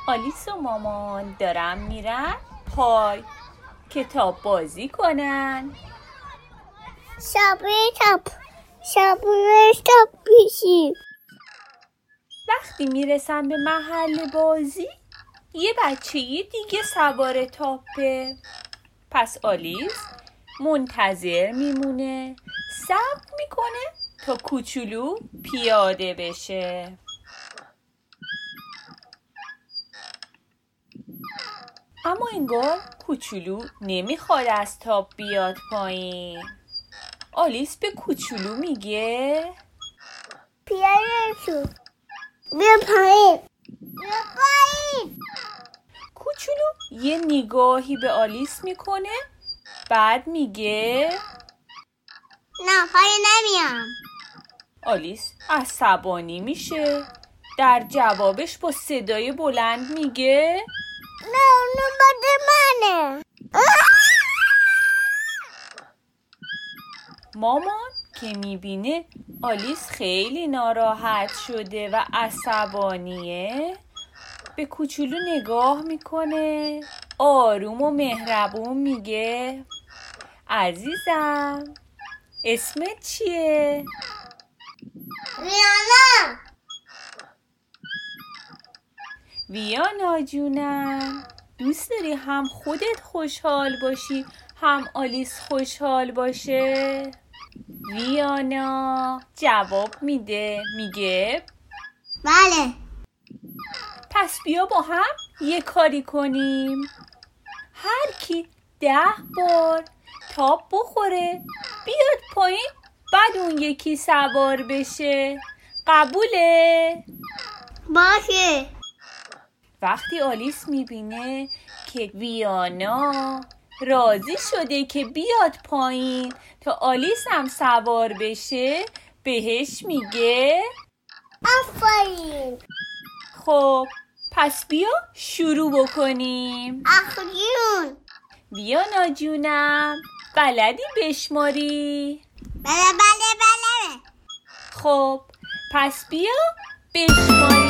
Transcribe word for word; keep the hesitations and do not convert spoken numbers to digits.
آلیس و مامان دارن میرن پارک کتاب بازی کنن. شبیه تاپ شبیه تاپ پیشی. وقتی میرسن به محل بازی یه بچه دیگه سوار تاپه. پس آلیس منتظر میمونه، صبر میکنه تا کوچولو پیاده بشه. اما انگار کوچولو نمیخواد از تاپ بیاد پایین. آلیس به کوچولو میگه پیاده شو، بیا پایین، بیا پایین. کوچولو یه نگاهی به آلیس میکنه، بعد میگه نه پایین نمیام. آلیس عصبانی میشه، در جوابش با صدای بلند میگه نه اونو بده منه. مامان که میبینه آلیس خیلی ناراحت شده و عصبانیه به کوچولو نگاه میکنه، آروم و مهربون میگه عزیزم اسمت چیه؟ ویانا. ویانا جونم، دوست داری هم خودت خوشحال باشی هم آلیس خوشحال باشه؟ ویانا جواب میده، میگه بله. پس بیا با هم یه کاری کنیم. هر کی ده بار تاپ بخوره بیاد پایین، بعد اون یکی سوار بشه. قبوله؟ باشه. وقتی آلیس میبینه که ویانا راضی شده که بیاد پایین تا آلیس هم سوار بشه، بهش میگه آفرین. خب پس بیا شروع بکنیم. آخرین. ویانا جونم بلدی بشماری؟ بله بله بله. خب پس بیا بشماری.